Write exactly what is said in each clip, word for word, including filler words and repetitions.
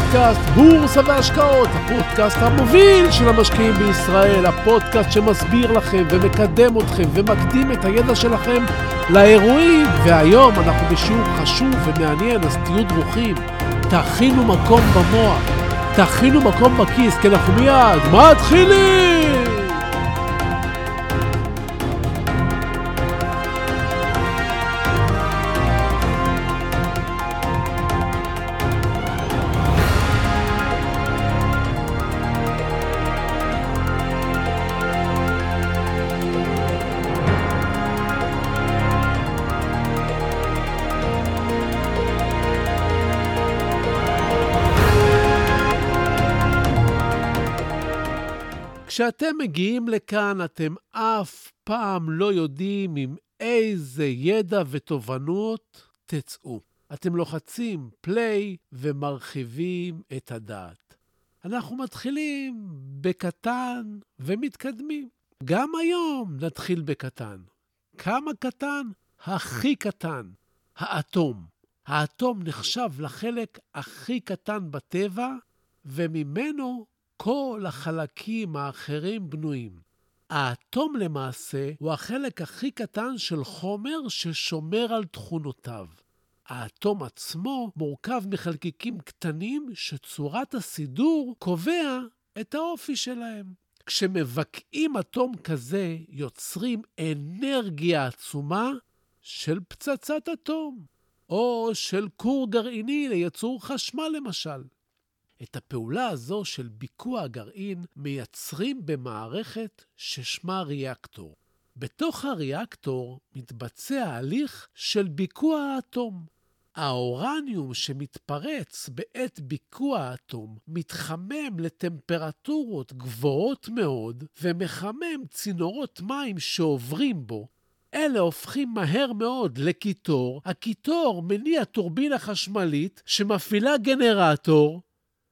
לפודקאסט בורסה והשקעות, הפודקאסט המוביל של המשקיעים בישראל, הפודקאסט שמסביר לכם ומקדם אתכם ומקדים את הידע שלכם לאירועים. והיום אנחנו בשיעור חשוב ומעניין, אז תהיו דרוכים, תכינו מקום במוח, תכינו מקום בכיס, כי אנחנו מיד מתחילים. כשאתם מגיעים לכאן, אתם אף פעם לא יודעים עם איזה ידע ותובנות תצאו. אתם לוחצים פליי ומרחיבים את הדעת. אנחנו מתחילים בקטן ומתקדמים. גם היום נתחיל בקטן. כמה קטן? הכי קטן. האטום. האטום נחשב לחלק הכי קטן בטבע, וממנו כל החלקים האחרים בנויים. האטום למעשה הוא החלק הכי קטן של חומר ששומר על תכונותיו. האטום עצמו מורכב מחלקיקים קטנים שצורת הסידור קובע את האופי שלהם. כשמבקעים אטום כזה יוצרים אנרגיה עצומה של פצצת אטום, או של כור גרעיני לייצור חשמל למשל. את הפעולה הזו של ביקוע הגרעין מייצרים במערכת ששמה ריאקטור. בתוך הריאקטור מתבצע הליך של ביקוע האטום. האורניום שמתפרץ בעת ביקוע האטום מתחמם לטמפרטורות גבוהות מאוד ומחמם צינורות מים שעוברים בו. אלה הופכים מהר מאוד לקיטור. הקיטור מניע טורבינה חשמלית שמפעילה גנרטור,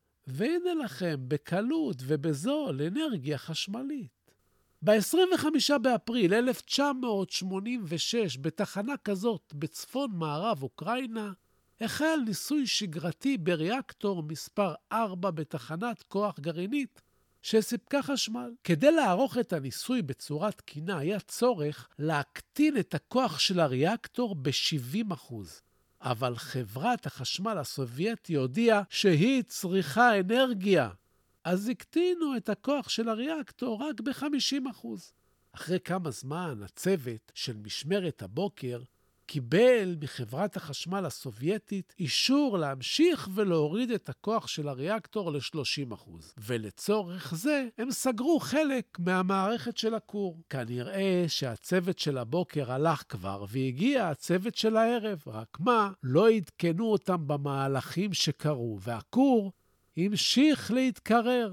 והנה לכם בקלות ובזול אנרגיה חשמלית. ב-עשרים וחמישה באפריל אלף תשע מאות שמונים ושש, בתחנה כזאת בצפון מערב אוקראינה, החל ניסוי שגרתי בריאקטור מספר ארבע בתחנת כוח גרעינית שסיפקה חשמל. כדי לערוך את הניסוי בצורה תקינה היה צורך להקטין את הכוח של הריאקטור ב-שבעים אחוז. אבל חברת החשמל הסובייטי הודיעה שהיא צריכה אנרגיה. אז הקטינו את הכוח של הריאקטור רק ב-חמישים אחוז. אחרי כמה זמן הצוות של משמרת הבוקר קיבל מחברת החשמל הסובייטית אישור להמשיך ולהוריד את הכוח של הריאקטור ל-שלושים אחוז. ולצורך זה הם סגרו חלק מהמערכת של הכור. כנראה שהצוות של הבוקר הלך כבר והגיע הצוות של הערב. רק מה? לא עדכנו אותם במהלכים שקרו, והכור המשיך להתקרר.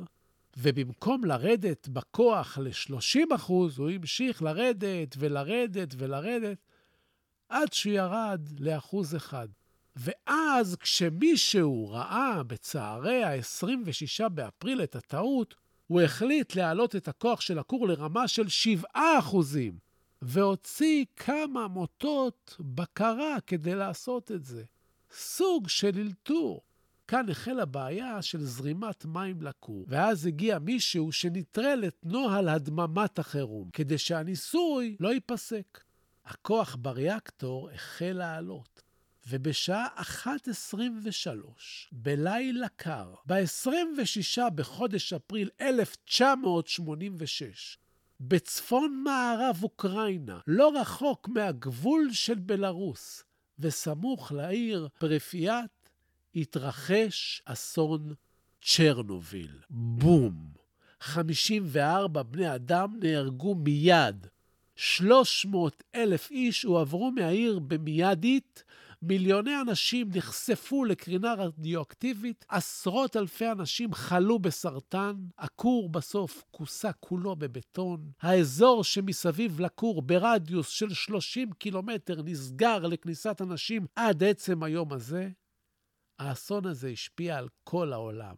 ובמקום לרדת בכוח ל-שלושים אחוז, הוא המשיך לרדת ולרדת ולרדת, עד שהוא ירד לאחוז אחד. ואז כשמישהו ראה בצהרי ה-עשרים ושישה באפריל את הטעות, הוא החליט להעלות את הכוח של הכור לרמה של שבעה אחוזים, והוציא כמה מוטות בקרה כדי לעשות את זה. סוג של אלתור. כאן החלה הבעיה של זרימת מים לכור, ואז הגיע מישהו שנטרל את נוהל הדממת החירום, כדי שהניסוי לא ייפסק. הכוח בריאקטור החל לעלות, ובשעה אחת עשרים ושלוש, בלילה קר, ב-עשרים ושישה בחודש אפריל אלף תשע מאות שמונים ושש, בצפון מערב אוקראינה, לא רחוק מהגבול של בלרוס, וסמוך לעיר פרפיאט, התרחש אסון צ'רנוביל. בום! חמישים וארבעה בני אדם נהרגו מיד. שלוש מאות אלף איש הועברו מהעיר במיידית, מיליוני אנשים נחשפו לקרינה רדיואקטיבית, עשרות אלפי אנשים חלו בסרטן, הכור בסוף כוסה כולו בבטון, האזור שמסביב לכור ברדיוס של שלושים קילומטר נסגר לכניסת אנשים עד עצם היום הזה. האסון הזה השפיע על כל העולם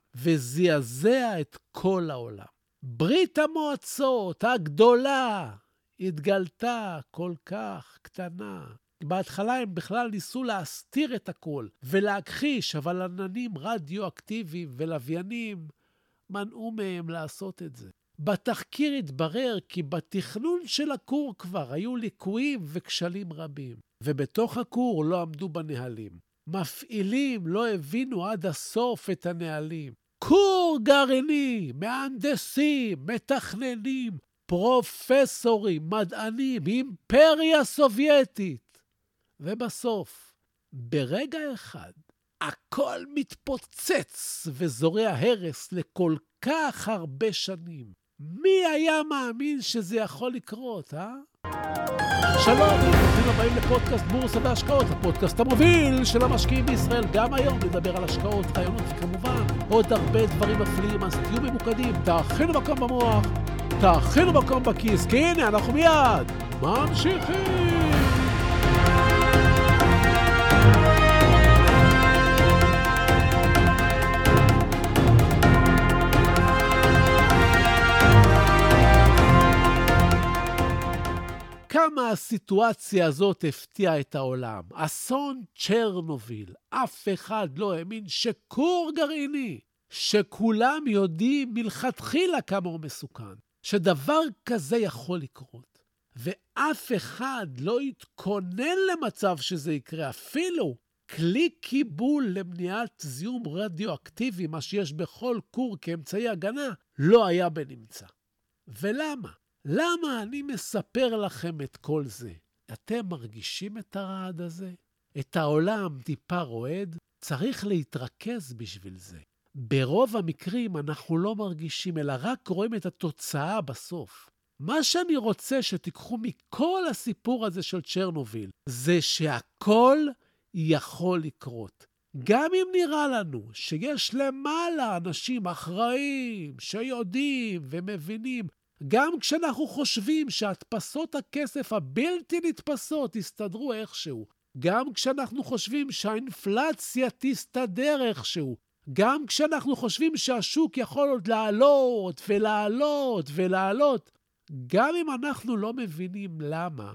וזעזע את כל העולם. ברית המועצות הגדולה התגלתה כל כך קטנה. בהתחלה הם בכלל ניסו להסתיר את הכל ולהכחיש, אבל עננים רדיואקטיביים ולוויינים מנעו מהם לעשות את זה. בתחקיר התברר כי בתכנון של הכור כבר היו ליקויים וכשלים רבים, ובתוך הכור לא עמדו בנהלים. מפעילים לא הבינו עד הסוף את הנהלים. כור גרעיני, מהנדסים, מתכננים, פרופסורים, מדענים, אימפריה סובייטית. ובסוף, ברגע אחד, הכל מתפוצץ וזורע הרס לכל כך הרבה שנים. מי היה מאמין שזה יכול לקרות, אה? שלום, ברוכים הבאים לפודקאסט בורסה והשקעות, הפודקאסט המוביל של המשקיעים בישראל. גם היום נדבר על השקעות, רעיונות וכמובן עוד הרבה דברים מפליאים, אז תהיו ממוקדים, תאכינו מקום במוח, תאכינו מקום בכיס, כי הנה אנחנו מיד ממשיכים. כמה הסיטואציה הזאת הפתיעה את העולם. אסון צ'רנוביל. אף אחד לא האמין שכור גרעיני, שכולם יודעים מלכתחילה כמה הוא מסוכן, שדבר כזה יכול לקרות. ואף אחד לא התכונן למצב שזה יקרה. אפילו כלי קיבול למניעת זיהום רדיואקטיבי, מה שיש בכל כור כאמצעי הגנה, לא היה בנמצא. ולמה? למה אני מספר לכם את כל זה? אתם מרגישים את הרעד הזה? את העולם טיפה רועד? צריך להתרכז בשביל זה. ברוב המקרים אנחנו לא מרגישים, אלא רק רואים את התוצאה בסוף. מה שאני רוצה שתיקחו מכל הסיפור הזה של צ'רנוביל, זה שהכל יכול לקרות. גם אם נראה לנו שיש למעלה אנשים אחראים, שיודעים ומבינים, גם כשאנחנו חושבים שהדפסות הכסף הבלתי נתפסות יסתדרו איכשהו, גם כשאנחנו חושבים שהאינפלציה תסתדר איכשהו, גם כשאנחנו חושבים שהשוק יכול עוד לעלות ולעלות ולעלות, גם אם אנחנו לא מבינים למה,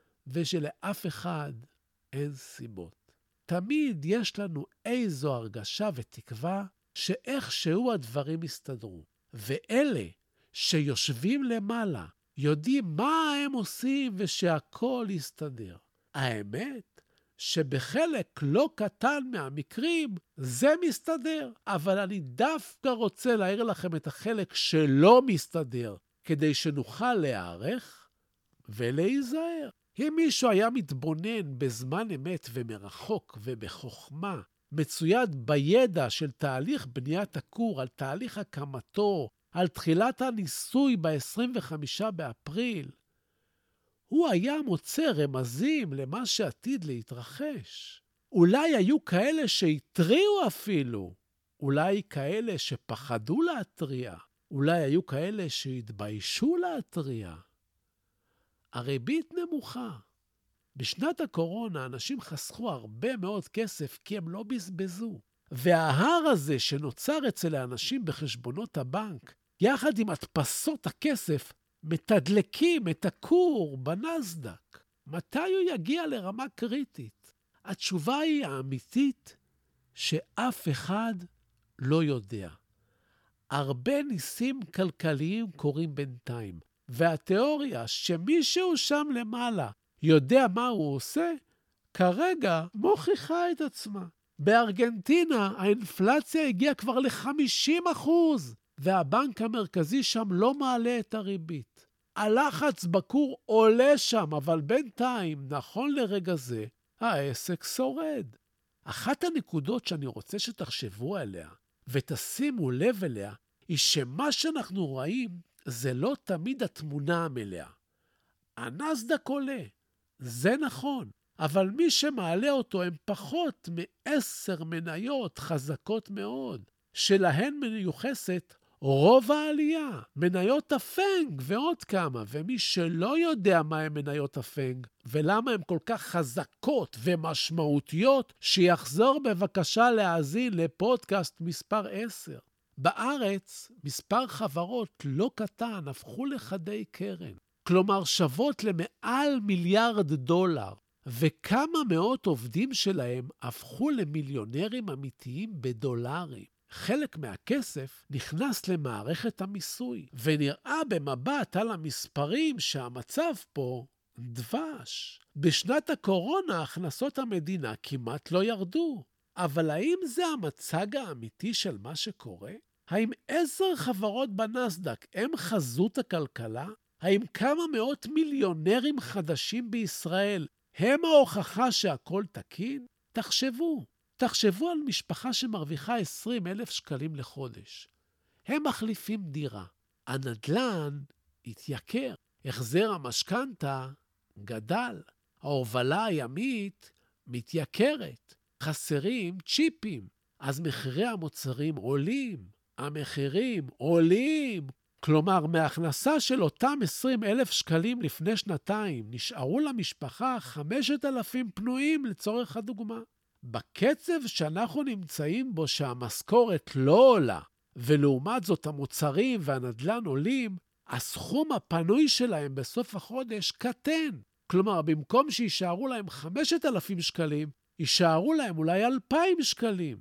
ושלאף אחד אין סיבות. תמיד יש לנו איזו הרגשה ותקווה שאיכשהו הדברים יסתדרו. ואלה שיושבים למעלה, יודעים מה הם עושים ושהכל יסתדר. האמת שבחלק לא קטן מהמקרים זה מסתדר, אבל אני דווקא רוצה להעיר לכם את החלק שלא מסתדר, כדי שנוכל להיערך ולהיזהר. אם מישהו היה מתבונן בזמן אמת ומרחוק ובחוכמה, מצויד בידע של תהליך בניית הכור, על תהליך הקמתו, על תחילת הניסוי ב-עשרים וחמישה באפריל, הוא היה מוצא רמזים למה שעתיד להתרחש. אולי היו כאלה שהתריעו אפילו, אולי כאלה שפחדו להתריע, אולי היו כאלה שהתביישו להתריע. הריבית נמוכה. בשנת הקורונה אנשים חסכו הרבה מאוד כסף כי הם לא בזבזו. וההר הזה שנוצר אצל האנשים בחשבונות הבנק, יחד עם הדפסות הכסף, מתדלקים את הכור בנסדק. מתי הוא יגיע לרמה קריטית? התשובה היא האמיתית שאף אחד לא יודע. הרבה ניסים כלכליים קורים בינתיים, והתיאוריה שמישהו שם למעלה יודע מה הוא עושה, כרגע מוכיחה את עצמה. בארגנטינה האינפלציה הגיעה כבר ל-חמישים אחוז, והבנק המרכזי שם לא מעלה את הריבית. הלחץ בכור עולה שם, אבל בינתיים, נכון לרגע זה, העסק שורד. אחת הנקודות שאני רוצה שתחשבו עליה, ותשימו לב אליה, היא שמה שאנחנו רואים זה לא תמיד התמונה המלאה. הנסדק עולה, זה נכון, אבל מי שמעלה אותו הם פחות מעשר מניות חזקות מאוד, שלהן מיוחסת רוב העלייה, מניות הפנג ועוד כמה, ומי שלא יודע מה הם מניות הפנג ולמה הן כל כך חזקות ומשמעותיות, שיחזור בבקשה להאזין לפודקאסט מספר עשר. בארץ מספר חברות לא קטן הפכו לחדי קרן, כלומר שוות למעל מיליארד דולר, וכמה מאות עובדים שלהם הפכו למיליונרים אמיתיים בדולרים. חלק מהכסף נכנס למערכת המיסוי, ונראה במבט על המספרים שהמצב פה דבש. בשנת הקורונה הכנסות המדינה כמעט לא ירדו. אבל האם זה המצג האמיתי של מה שקורה? האם עשר חברות בנסדק הם חזות הכלכלה? האם כמה מאות מיליונרים חדשים בישראל הם ההוכחה שהכל תקין? תחשבו, תחשבו על משפחה שמרוויחה עשרים אלף שקלים לחודש. הם מחליפים דירה. הנדלן התייקר. החזר המשכנתה גדל. ההובלה הימית מתייקרת. חסרים צ'יפים. אז מחירי המוצרים עולים. המחירים עולים. כלומר, מההכנסה של אותם עשרים אלף שקלים לפני שנתיים, נשארו למשפחה חמשת אלפים פנויים לצורך הדוגמה. בקצב שאנחנו נמצאים בו שהמשכורת לא עולה, ולעומת זאת המוצרים והנדלן עולים, הסכום הפנוי שלהם בסוף החודש קטן. כלומר, במקום שישארו להם חמשת אלפים שקלים, יישארו להם אולי אלפיים שקלים.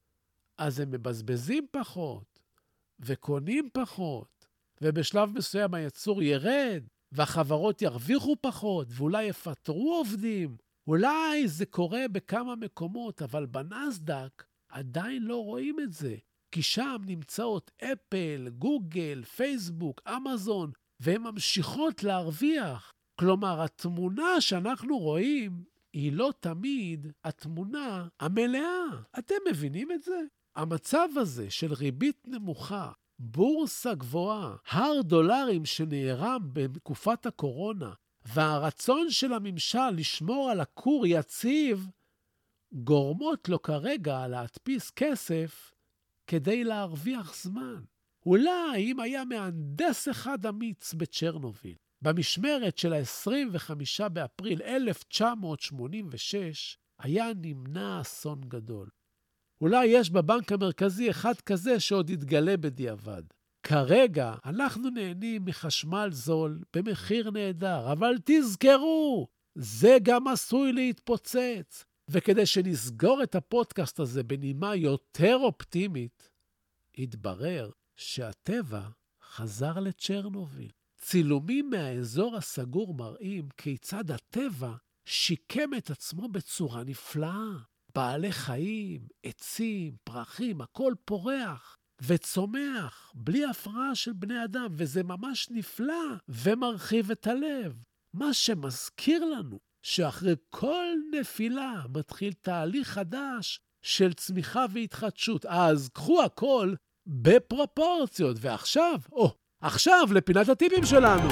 אז הם מבזבזים פחות, וקונים פחות, ובשלב מסוים הייצור ירד, והחברות ירוויחו פחות, ואולי יפטרו עובדים. אולי זה קורה בכמה מקומות, אבל בנסדק עדיין לא רואים את זה. כי שם נמצאות אפל, גוגל, פייסבוק, אמזון, והן ממשיכות להרוויח. כלומר, התמונה שאנחנו רואים היא לא תמיד התמונה המלאה. אתם מבינים את זה? המצב הזה של ריבית נמוכה, בורסה גבוהה, הר דולרים שנערם בתקופת הקורונה, והרצון של הממשל לשמור על הקור יציב, גורמות לו כרגע להדפיס כסף כדי להרוויח זמן. אולי אם היה מהנדס אחד אמיץ בצ'רנוביל, במשמרת של ה-עשרים וחמישה באפריל אלף תשע מאות שמונים ושש, היה נמנע אסון גדול. אולי יש בבנק המרכזי אחד כזה שעוד יתגלה בדיעבד. כרגע אנחנו נהנים מחשמל זול במחיר נהדר, אבל תזכרו, זה גם עשוי להתפוצץ. וכדי שנסגור את הפודקאסט הזה בנימה יותר אופטימית, התברר שהטבע חזר לצ'רנוביל. צילומים מהאזור הסגור מראים כיצד הטבע שיקם את עצמו בצורה נפלאה. בעלי חיים, עצים, פרחים, הכל פורח וצומח בלי הפרעה של בני אדם, וזה ממש נפלא ומרחיב את הלב. מה שמזכיר לנו שאחרי כל נפילה מתחיל תהליך חדש של צמיחה והתחדשות. אז קחו הכל בפרופורציות. ועכשיו, או, עכשיו לפינת הטיפים שלנו.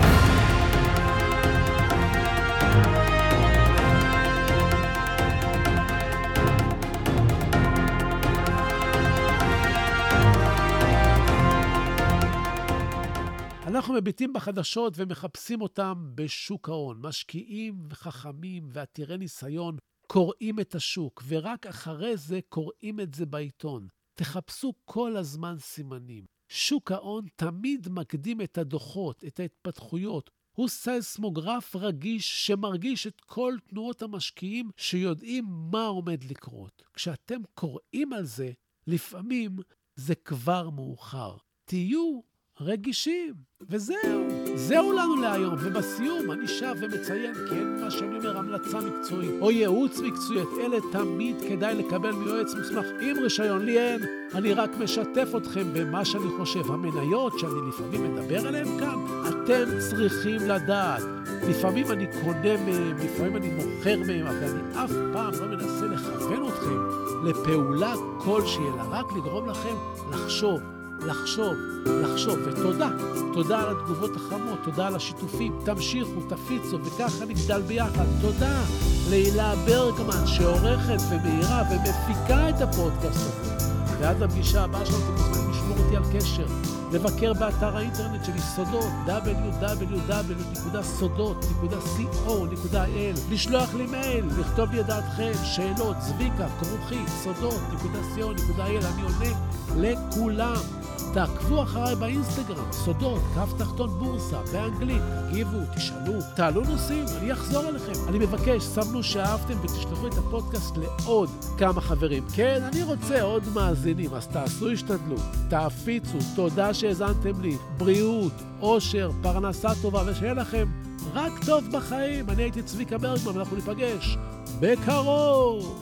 אנחנו מביטים בחדשות ומחפשים אותם בשוק ההון. משקיעים וחכמים ועתירי ניסיון קוראים את השוק, ורק אחרי זה קוראים את זה בעיתון. תחפשו כל הזמן סימנים. שוק ההון תמיד מקדים את הדוחות, את ההתפתחויות. הוא סייסמוגרף רגיש שמרגיש את כל תנועות המשקיעים שיודעים מה עומד לקרות. כשאתם קוראים על זה, לפעמים זה כבר מאוחר. תהיו רגישים, וזהו. זהו לנו להיום, ובסיום אני שב ומציין, כי אין מה שאני אומר המלצה מקצועית או ייעוץ מקצועי, את אלה תמיד כדאי לקבל מיועץ מוסמך עם רישיון. לי אין, אני רק משתף אתכם במה שאני חושב. המניות שאני לפעמים מדבר עליהן כאן, אתם צריכים לדעת. לפעמים אני קונה מהם, לפעמים אני מוכר מהם, אבל אני אף פעם לא מנסה לכוון אתכם לפעולה כלשהי, אלא רק לגרום לכם לחשוב. לחשוב, לחשוב, ותודה. תודה על התגובות החמות, תודה על השיתופים. תמשיכו, תפיצו, וככה נגדל ביחד. תודה להילה ברגמן שעורכת ומהירה ומפיקה את הפודקאסט הזה. ועד הפגישה הבאה שלנו, אתם מוזמנים לשמור אותי על קשר. לבקר באתר האינטרנט שלי סודות, דאבליו דאבליו דאבליו נקודה סודות נקודה קו נקודה איי אל. לשלוח לי מייל, לכתוב לי את דעתכם, שאלות, זביקה, כרוכית, סודות נקודה קו נקודה איי אל. אני עונה לכולם. תעקבו אחריי באינסטגרם, סודות, קו תחתון בורסה, באנגלית, תגיבו, תשאלו, תעלו נושאים, אני אחזור אליכם. אני מבקש, סמנו שאהבתם ותשלחו את הפודקאסט לעוד כמה חברים. כן, אני רוצה עוד מאזינים, אז תעשו השתדלות, תאפיצו, תודה שהזנתם לי, בריאות, אושר, פרנסה טובה, ושיהיה לכם רק טוב בחיים. אני הייתי צביקה ברגמן, אנחנו ניפגש בקרוב.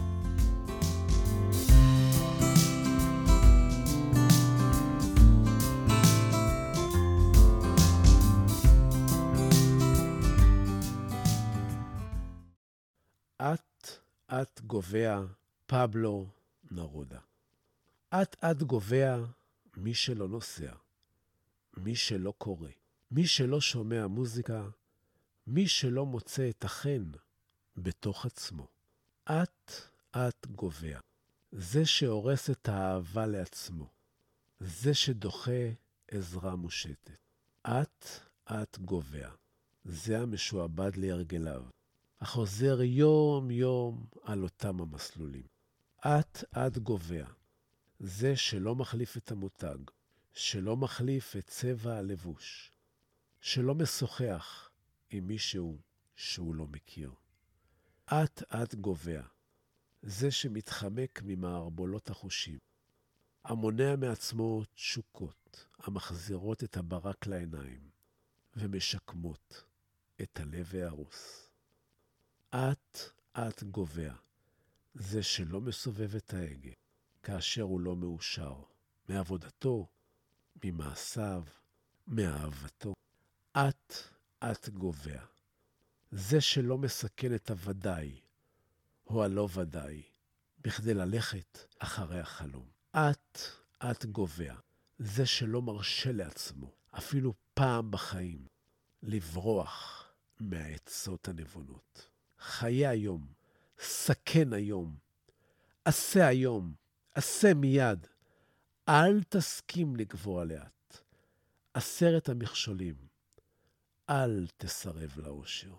את, את גובע, פבלו נרודה. את, את גובע, מי שלא נוסע, מי שלא קורא, מי שלא שומע מוזיקה, מי שלא מוצא את החן בתוך עצמו. את, את גובע. זה שהורס את האהבה לעצמו. זה שדוחה עזרה מושטת. את, את גובע. זה המשועבד להרגליו. החוזר יום יום על אותם המסלולים. את, את גובע. זה שלא מחליף את המותג. שלא מחליף את צבע הלבוש. שלא משוחח עם מישהו שהוא לא מכיר. את, את גובע. זה שמתחמק ממערבולות החושים. המונע מעצמו תשוקות, המחזירות את הברק לעיניים, ומשקמות את הלב ההרוס. את, את גובע. זה שלא מסובב את ההגה, כאשר הוא לא מאושר, מעבודתו, ממעשיו, מאהבתו. את, את גובע. זה שלא מסכן את הוודאי, או הלא ודאי, בכדי ללכת אחרי החלום. את, את גובע. זה שלא מרשה לעצמו, אפילו פעם בחיים, לברוח מהעצות הנבונות. חיה היום, סכן היום, עשה היום, עשה מיד. אל תסכים לגבוה לאט. עשרת המכשולים, אל תסרב לאושר.